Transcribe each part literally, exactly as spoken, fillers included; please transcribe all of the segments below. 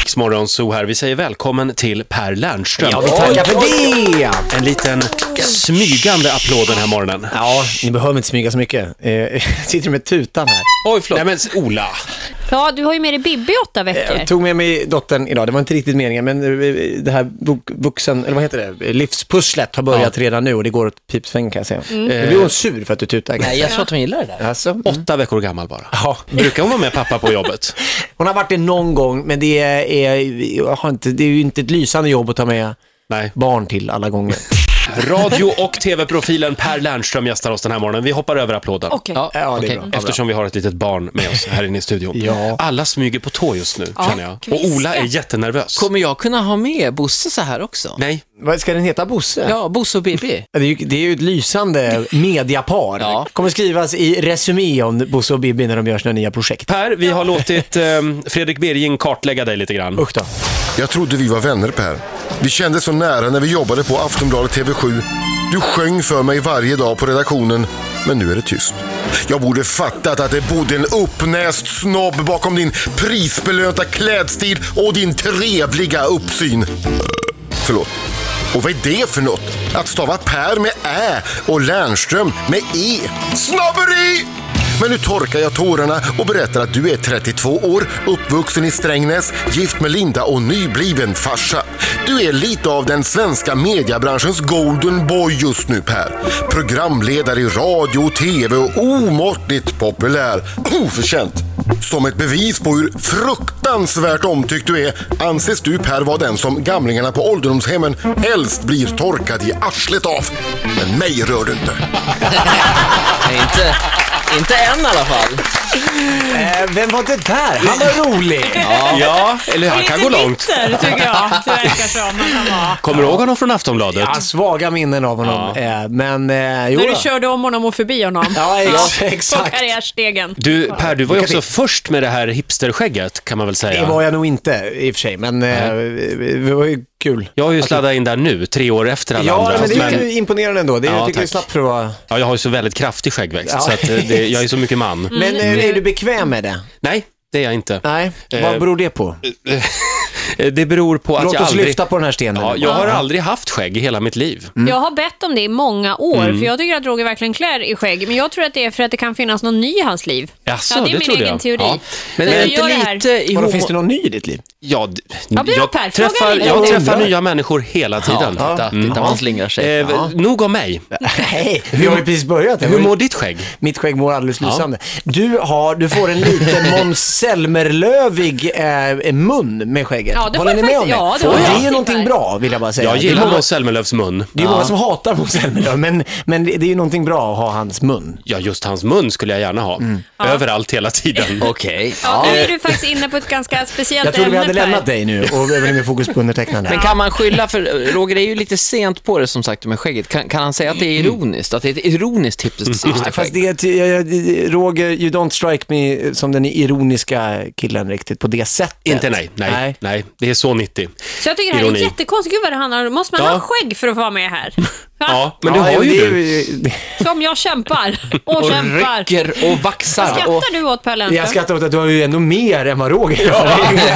Riksmorgon så här. Vi säger välkommen till Per Lernström. Ja, vi tackar för det! En liten smygande applåd den här morgonen. Ja, ni behöver inte smyga så mycket. Eh, jag sitter med tutan här. Oj, förlåt. Nej men Ola. Ja, du har ju med dig Bibi åtta veckor. Jag tog med mig dottern idag, det var inte riktigt meningen, men det här vuxen, eller vad heter det, livspusslet har börjat ja. redan nu och det går åt pipsvängen kan jag säga. Mm. Nu blir hon sur för att du tutar. Nej, jag tror att hon gillar det där. Alltså, mm. Åtta veckor gammal bara. Ja. Brukar hon vara med pappa på jobbet? Hon har varit det någon gång, men det är, jag har inte, det är ju inte ett lysande jobb att ta med Nej. barn till alla gånger. Radio- och tv-profilen Per Lernström gästar oss den här morgonen. Vi hoppar över applåden. Okay. Ja, ja, det är okay. bra. Eftersom vi har ett litet barn med oss här inne i studion. Ja. Alla smyger på tå just nu, ja, känner jag. kviska. Och Ola är jättenervös. Kommer jag kunna ha med Bosse så här också? Nej. Vad ska den heta, Bosse? Ja, Bosse och Bibi. Det är ju, det är ju ett lysande mediapar. Ja. Kommer skrivas i resumé om Bosse och Bibi när de gör sina nya projekt. Per, vi har låtit eh, Fredrik Berging kartlägga dig lite grann. Usch då. Jag trodde vi var vänner, Per. Vi kände så nära när vi jobbade på Aftonbladet T V sju. Du sjöng för mig varje dag på redaktionen, men nu är det tyst. Jag borde fattat att det bodde en uppnäst snobb bakom din prisbelönta klädstil och din trevliga uppsyn. Förlåt. Och vad är det för något? Att stava Per med Ä och Lernström med E. Snobberi! Men nu torkar jag tårarna och berättar att du är trettiotvå år, uppvuxen i Strängnäs, gift med Linda och nybliven farsa. Du är lite av den svenska mediebranschens golden boy just nu, Per. Programledare i radio och tv och omåttligt populär. Oförtjänt. Som ett bevis på hur fruktansvärt omtyckt du är anses du, Per, vara den som gamlingarna på ålderdomshemmen helst blir torkad i arslet av. Men mig rör du inte. Nej, inte, inte än i alla fall. Eh, vem var det där? Han var rolig. Ja, ja eller han kan gå långt. Bitter, tycker jag. Det verkar som han kan vara. Kommer du ihåg honom från Aftonbladet? Ja, svaga minnen av honom. Ja. Eh, men, eh, jo När du då. körde om honom och förbi honom. Ja, ex- På exakt. karriärstegen. Du, Per, du var ju också först med det här hipsterskägget, kan man väl säga. Det var jag nog inte i och för sig, men eh, det var ju kul. Jag har ju sladdat in där nu, tre år efter alla Ja, andra. men det är ju Men- imponerande ändå. Det är, Ja, jag tycker det är tack. snabbt för att vara... Ja, jag har ju så väldigt kraftig skäggväxt, Ja. så att eh, det, jag är så mycket man. Men eh, är du bekväm med det? Nej, det är jag inte. Nej, Eh, vad beror det på? Det beror på att Låt jag oss aldrig... lyfta på den här stenen. Ja, jag har aldrig haft skägg i hela mitt liv. Jag har bett om det i många år, för jag tycker att Roger verkligen klär i skägg. Men jag tror att det är för att det kan finnas någon ny i hans liv. Jaså, ja, det är det min trodde egen jag. teori. Ja. Men När är jag det gör det inte här- lite i Vadå, homo- finns det någon ny i ditt liv? Ja, d- Ja, bra, jag, Per. Fråga träffar, lite. jag Ja, träffar bra. nya människor hela tiden. Ja, titta, Mm. titta, man slingrar sig. Eh, Ja. Nog om mig. Nej, vi har ju precis börjat. Hur mår ditt skägg? Mitt skägg mår alldeles lysande. Du, har, du får en liten Måns Zelmerlövig eh, mun med skägget. Ja, det Håller får ni jag med om faktiskt- det? ja, det Och får det jag. är ju någonting bra, vill jag bara säga. Jag Det är gillar många- Måns Zelmerlöws mun. Det är ju många som hatar Måns Zelmerlöw, men, men det, det är ju någonting bra att ha hans mun. Ja, just hans mun skulle jag gärna ha. Överallt, hela tiden. Okej. Ja, nu är du faktiskt inne på ett ganska speciellt Jag trodde vi hade ämne, Per. lämnat dig nu och över med fokus på undertecknande. Men kan man skylla, för Roger är ju lite sent på det som sagt med skägget. Kan, kan han säga att det är ironiskt? Att det är ett ironiskt Nej, fast hipsterskägg? det är till- jag- jag- Roger, you don't strike me som den ironiska killen riktigt på det sättet. Inte nej, nej, nej, Nej. Det är så nittio. Så jag tycker det här Ironi. är jättekonstigt. Gud vad det handlar om. Måste man Ja. ha skägg för att få vara med här? Ja, men det Ja, har ju det är du. Som jag kämpar och, Och kämpar. rycker och Vad vaxar. Och... skrattar du åt, Per Lernström? Jag skrattar åt att du har ju ändå mer än vad Roger har.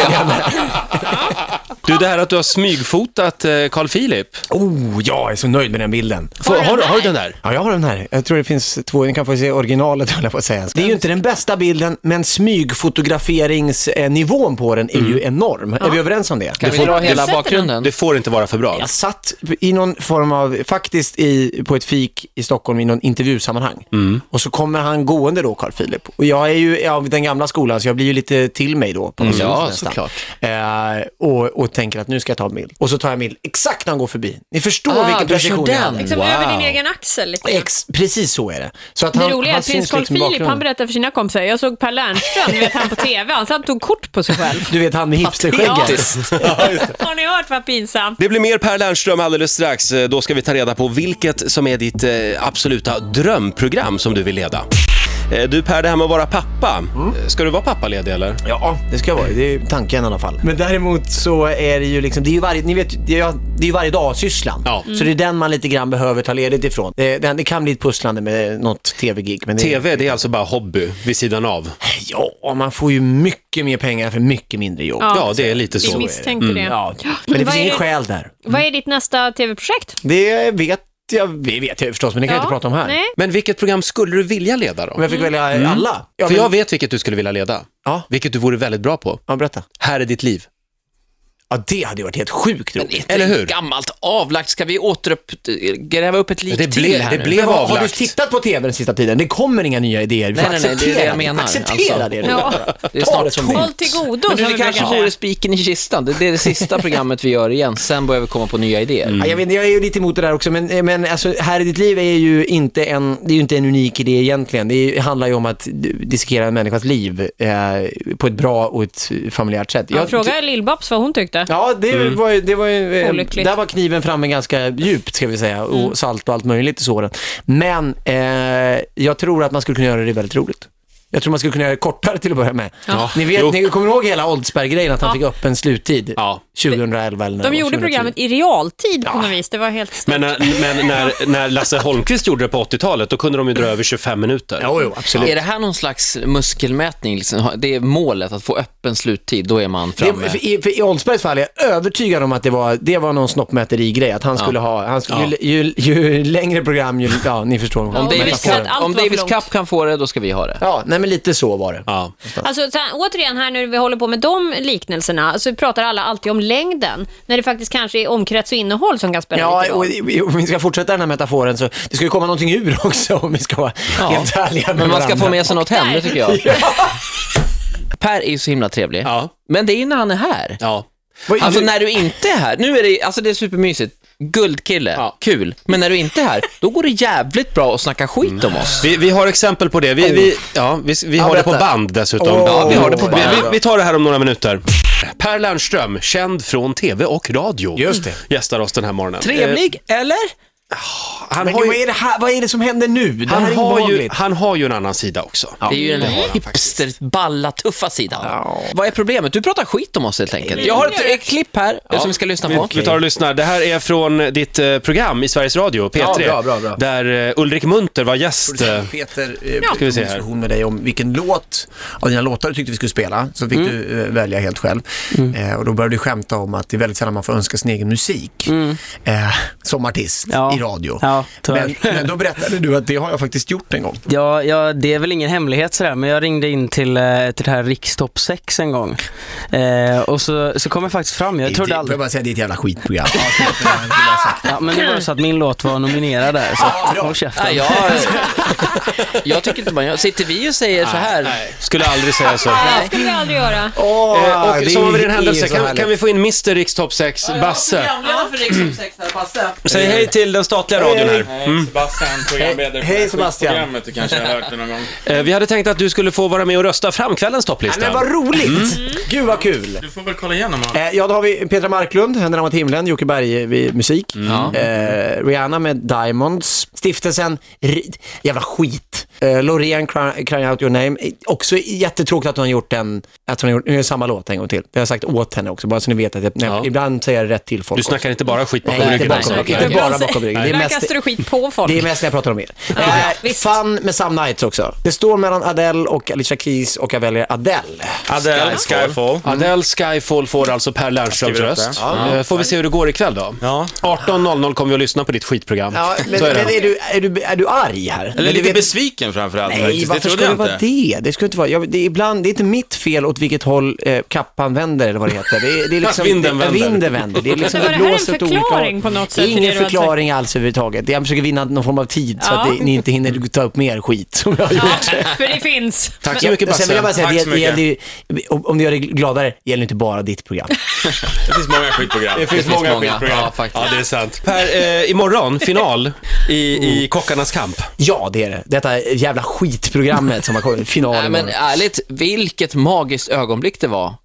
Du, det här att du har smygfotat eh, Carl Philip. Oh, jag är så nöjd med den bilden. Får, Har du har, den har du här? den där? Ja, jag har den här. Jag tror det finns två. Ni kan få se originalet, höll jag på att säga. Det är ju inte den bästa bilden, men smygfotograferingsnivån på den är ju enorm. Är vi överens om det? Kan vi får- dra hela sätter bakgrunden? Det får inte vara för bra. Jag satt i någon form av, faktiskt i, på ett fik i Stockholm i någon intervjusammanhang. Och så kommer han gående då, Carl Philip. Och jag är ju av den gamla skolan, så jag blir ju lite till mig då. På något sätt, Ja, nästan. såklart. Eh, och, och tänker att nu ska jag ta en bild. Och så tar jag en bild exakt när han går förbi. Ni förstår Ah, vilken du kör precision jag den. hade. Liksom Wow. över din egen axel lite. Ex, precis så är det. Så att Det han, roliga är han att prins syns Carl liksom i Philip, bakgrunden. han berättar för sina kompisar. Jag såg Per Lernström, du vet han på tv. Han satt och tog kort på sig själv. Du vet han med hipsterskägget. Har ni hört vad pinsamt? Det blir mer Per Lernström alldeles strax. Då ska vi ta reda på vilket som är ditt eh, absoluta drömprogram som du vill leda. Eh, Du Per, det här med att vara pappa. Ska du vara pappaledig eller? Ja, det ska vara. Det är tanken i alla fall. Men däremot så är det ju liksom, det är ju varje, ni vet, det är, det är ju varje dag sysslan. Ja. Så det är den man lite grann behöver ta ledigt ifrån. Det, det, det kan bli ett pusslande med något tv-gig. Men det, T V, det är alltså bara hobby vid sidan av. Ja, man får ju mycket mer pengar för mycket mindre jobb. Ja, det är lite Vi så. misstänkte det. Ja, men det Vad finns är ingen det- skäl där. Vad är ditt nästa tv-projekt? Det vet jag, det vet jag förstås, men det kan jag inte prata om här. Nej. Men vilket program skulle du vilja leda då? Om jag fick välja alla. Ja, För men, jag vet vilket du skulle vilja leda. Ja. Vilket du vore väldigt bra på. ja, berätta. Här är ditt liv. Ja, det hade ju varit helt sjukt roligt. Eller Eller hur? hur? Gammalt avlagt. Ska vi återupp, gräva upp ett lik Det till blev- här det nu? blev Men vad, har du avlagt. tittat på tv den sista tiden? Det kommer inga nya idéer. Vi får Nej, nej, nej, det är det jag menar. Acceptera Alltså. det. Ja. Det är Ta snart det som det är. Håll till godo. Men som det vi kanske brukar vore säga. spiken i kistan. Det är det sista programmet vi gör igen. Sen börjar vi komma på nya idéer. Ja, jag, vet, jag är ju lite emot det där också, men, men alltså, här i ditt liv är ju inte en, det är ju inte en unik idé egentligen. Det är, handlar ju om att dissekera en människas liv eh, på ett bra och ett familjärt sätt. Jag Jag- frågar Lill-Babs vad hon tyckte. Ja, det var ju, det var ju eh, Olyckligt. där var kniven framme ganska djupt, ska vi säga, och Mm. salt och allt möjligt i såren. Men eh, jag tror att man skulle kunna göra det väldigt roligt. Jag tror man skulle kunna göra det kortare till att börja med. Ja. Ni vet, Jo. ni kommer ihåg hela Oldsberg-grejen, att han Ja. fick upp en sluttid Ja. tjugohundraelva eller när De det var, gjorde tjugohundratio. programmet i realtid på något vis. Det var helt stort. Men, när, men när, när Lasse Holmqvist gjorde det på åttiotalet, då kunde de ju dra över tjugofem minuter. Jo, jo, absolut. Är det här någon slags muskelmätning? Liksom? Det är målet, att få öppen sluttid. Då är man framme. Det, för, i, för I Oldsbergs fall är jag övertygad om att det var, det var någon snoppmäteri-grej. Att han skulle ha, han skulle, ju, ju, ju längre program, ju, ja, ni förstår. Om Ja, Davis, metaforen. Cup, Allt om var för Davis långt. Cup kan få det, då ska vi ha det. Ja, nej men lite så var det. Ja. Alltså, så här, återigen här när vi håller på med de liknelserna så pratar alla alltid om längden. När det faktiskt kanske är omkrets och innehåll som kan spela Ja, lite och, roll. och om vi ska fortsätta den här metaforen så det ska ju komma någonting ur också om vi ska vara helt ärliga med Men man ska varandra. få med sig något hem, det tycker jag. Per är ju så himla trevlig. Ja. Men det är ju när han är här. Ja. Vad- Alltså när du inte är här, nu är det, alltså det är supermysigt. Guldkille, Ja. kul. Men när du inte är här, då går det jävligt bra att snacka skit om oss. Vi, vi har exempel på det. Vi, vi, ja, vi, vi Ja, har det på berätta. band dessutom. Åh, ja, vi har det på det band. är Vi, bra. vi tar det här om några minuter. Per Lernström, känd från tv och radio. Just det. Gästar oss den här morgonen. Trevlig, eller? Eh, han, Men har vad ju, är det här? Vad är det som händer nu? Det här han, är har ju, obehagligt. han har ju en annan sida också. Det är ju den det har han hipster, balla, tuffa sidan. Ja. Vad är problemet? Du pratar skit om oss helt enkelt. Jag har ett, ett klipp här som vi ska lyssna på. Vi, vi tar och lyssnar. Det här är från ditt eh, program i Sveriges Radio, P tre. Ja, bra, bra, bra. Där eh, Ulrik Munter var gäst. eh, Peter, eh, Ska vi se en här. diskussion med dig om vilken låt av dina låtar du tyckte vi skulle spela. Så fick du eh, välja helt själv. Eh, och då började du skämta om att det är väldigt sällan man får önska sin egen musik eh, som artist Ja. i radio. Ja, tyvärr. men, men då berättade du att det har jag faktiskt gjort en gång. Ja, ja, det är väl ingen hemlighet sådär, men jag ringde in till, eh, till det här Rikstopp sex en gång. Eh, och så, så kom jag faktiskt fram, jag Det, trodde får jag aldrig... bara säga, det är ett jävla skitprogram. Ja, förlåt, det vill jag ha sagt. Ja, men det var så att min låt var nominerad där, så Ja, bra. håll käften. Nej, jag, jag tycker inte man gör. Sitter vi och säger så här? Nej, skulle aldrig säga så. Det skulle vi aldrig göra. Åh, Eh, och det som av en är händelse, så kan, härligt. kan vi få in mister Rikstopp sex, Basse? för Rikstopp sex här, Basse. Säg hej till den statliga radion här. Hej, Sebastian, programledare Hej, på Sebastian. programmet. Du kanske har hört det någon gång. Eh, Vi hade tänkt att du skulle få vara med och rösta fram kvällens Ja, topplista. men vad roligt! Gud vad kul! Du får väl kolla igenom allt. Eh, ja, då har vi Petra Marklund, Händerna mot himlen, Jocke Berg vid musik. Eh, Rihanna med Diamonds. Stiftelsen, R- jävla skit. Eh, Loreen, Cry- Crying Out Your Name. Eh, också jättetråkigt att hon har gjort den, att hon har gjort nu är det samma låt en gång till. Det har jag sagt åt henne också, bara så ni vet att jag, när jag, Ja. ibland säger jag rätt till folk. Du snackar inte bara skit bakom Nej, inte ryggen. bara alltså. bakom okej, ryggen. okej. Inte bara bakom ryggen. Det är Ibland mest, kastar du skit på folk. det är mest när jag pratar om er. Ja, Eh, visst. Fun med Some Nights också. Det står mellan Adele och Alicia Keys och jag väljer Adele. Adele Skyfall. Adele Skyfall får alltså Per Lernströms Skriver upp röst. det. Eh, Får vi se hur det går ikväll då? Ja. arton noll noll kommer vi att lyssna på ditt skitprogram. Ja, men, Så är men det. är, du, är, du, är du arg här? Eller Men du lite vet- besviken framförallt. Nej, faktiskt. varför trodde skulle det jag vara inte. det? Det skulle inte vara. Jag, det, är ibland, det är inte mitt fel åt vilket håll eh, kappan vänder eller vad det heter. Det är, det är liksom, Vinden det, vänder. Vinden vänder. Det är liksom, Men var det här en blåser åt olika förklaring håll. på något Det är sätt till ingen det du har förklaring alls överhuvudtaget. Jag försöker vinna någon form av tid så Ja. att det, ni inte hinner ta upp mer skit som jag har gjort. Ja, för det finns. Tack så mycket, Men sen vill jag bara Basse. säga, Tack det, så det mycket. gäller ju, om, om du gör dig gladare, det gäller inte bara ditt program. Det finns många skitprogram. Det finns finns många många. skitprogram. Ja, faktiskt. Ja, det är sant. Per, eh, imorgon, final i, i Kockarnas kamp. Ja, det är det. Detta jävla skitprogrammet som har kommit, finalen. Nej, men ärligt, vilket magiskt ögonblick det var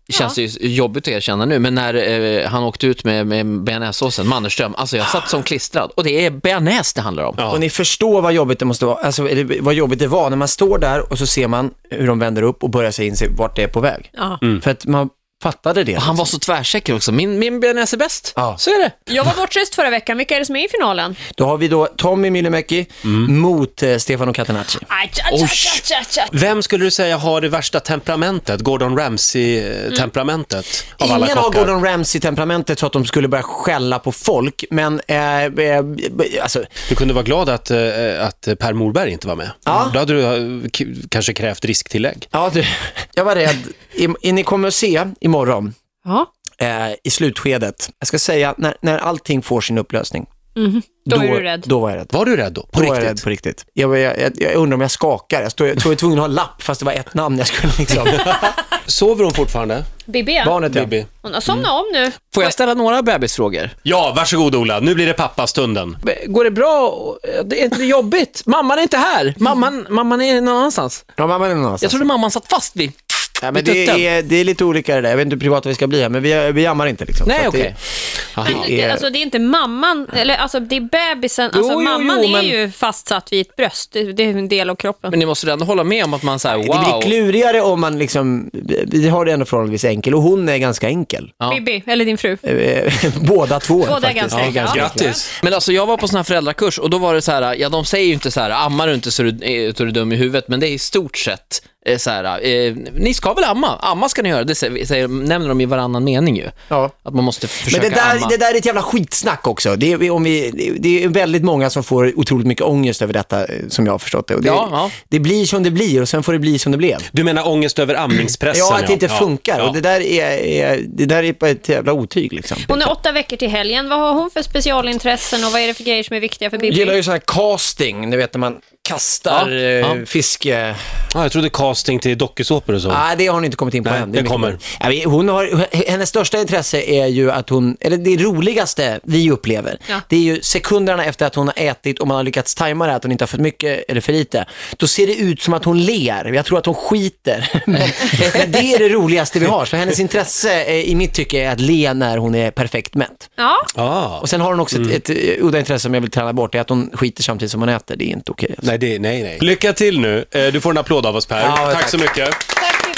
känns det ju jobbigt att erkänna nu, men när eh, han åkte ut med, med bearnaisesåsen, Mannerström, alltså jag satt som klistrad, och det är bearnaise det handlar om. Ja. Och ni förstår vad jobbigt det måste vara, alltså eller vad jobbigt det var när man står där och så ser man hur de vänder upp och börjar sig inse vart det är på väg. Ja. Mm. För att man fattade det. Och han var så tvärsäker också. Min, min bearnaise är bäst. Ja. Så är det. Jag var bortrest förra veckan. Vilka är det som är i finalen? Då har vi då Tommy Myllymäki mm. mot eh, Stefano Catenacci. Aj, tja, tja, tja, tja, tja. Vem skulle du säga har det värsta temperamentet? Gordon Ramsay-temperamentet? Mm. Av alla Ingen har kockar. Gordon Ramsay-temperamentet så att de skulle börja skälla på folk, men eh, eh, alltså... Du kunde vara glad att, eh, att Per Morberg inte var med. Ja. Då hade du eh, k- kanske krävt risktillägg. Ja, du, jag var rädd. I, i, ni kommer att se imorgon Ja. eh, i slutskedet. Jag ska säga, när, när allting får sin upplösning. Mm-hmm. Då, då är du rädd. Då var jag rädd. Var du rädd då? På Då riktigt? var jag rädd på riktigt. Jag, jag, jag, jag undrar om jag skakar. Jag stod, jag stod tvungen att ha en lapp fast det var ett namn jag skulle liksom... Sover hon fortfarande? Bibi, Barnet, ja. Bibi. hon har somnat om nu. Får jag ställa några bebisfrågor? Ja, varsågod Ola. Nu blir det pappastunden. Går det bra? Det är inte jobbigt. Mamman är inte här. Mamman, mamman är någon annanstans. Ja, mamma är någonstans. Jag trodde mamman satt fast vid... Ja, men det är, det är lite olika det där. Jag vet inte hur privata vi ska bli här, men vi, vi jammar inte liksom. Nej, Så att okej. det- Men det det, är- alltså det är inte mamman, eller alltså det är bebisen, alltså Jo, jo, mamman jo, är men- ju fastsatt vid ett bröst, det, det är en del av kroppen. Men ni måste ändå hålla med om att man säger Det wow. blir klurigare om man liksom, vi har det ändå förhållandevis enkel och hon är ganska enkel. Ja. Bibi, eller din fru. Eh, Båda två Båda är faktiskt. ganska Ja, enkla. Ja. Grattis. Men alltså jag var på sån här föräldrakurs och då var det så här, ja de säger ju inte så här, ammar du inte så du, är, så du är dum i huvudet, men det är i stort sett eh, så här, eh, ni ska väl amma, amma ska ni göra, det säger, säger, nämner de i varannan mening ju. Ja. Att man måste försöka Men det där, amma. det där är ett jävla skitsnack också. Det är, om vi, det är väldigt många som får otroligt mycket ångest över detta, eh, som jag har förstått det. Och det, Ja, ja. det blir som det blir och sen får det bli som det blev. Du menar ångest över amningspressen? Ja, att det inte ja. funkar. Ja. Och det där är, är, det där är på ett jävla otyg liksom. Hon är åtta veckor till helgen. Vad har hon för specialintressen och vad är det för grejer som är viktiga för Jag Bibi? gillar ju sån här casting, ni vet när man kastar Ja, eh, ja. fiske... Ja, jag trodde casting till dokusåpor och så. Nej, det har hon inte kommit in på Nej, än. det är mycket kommer. bra. Ja, men hon har, hennes största intresse är ju att hon, eller det roligaste vi upplever, Ja. det är ju sekunderna efter att hon har ätit och man har lyckats tajma det, att hon inte har fått mycket eller för lite. Då ser det ut som att hon ler. Jag tror att hon skiter. men, men det är det roligaste vi har. Så hennes intresse är, i mitt tycke är att le när hon är perfekt mätt. Ja, Ah. Och sen har hon också Mm. ett, ett uh, udda intresse som jag vill träna bort, det är att hon skiter samtidigt som hon äter. Det är inte okej. Alltså. Nej, det, nej, nej. Lycka till nu. Eh, Du får en applåd av oss, Per. Ja, tack, tack. så mycket. tack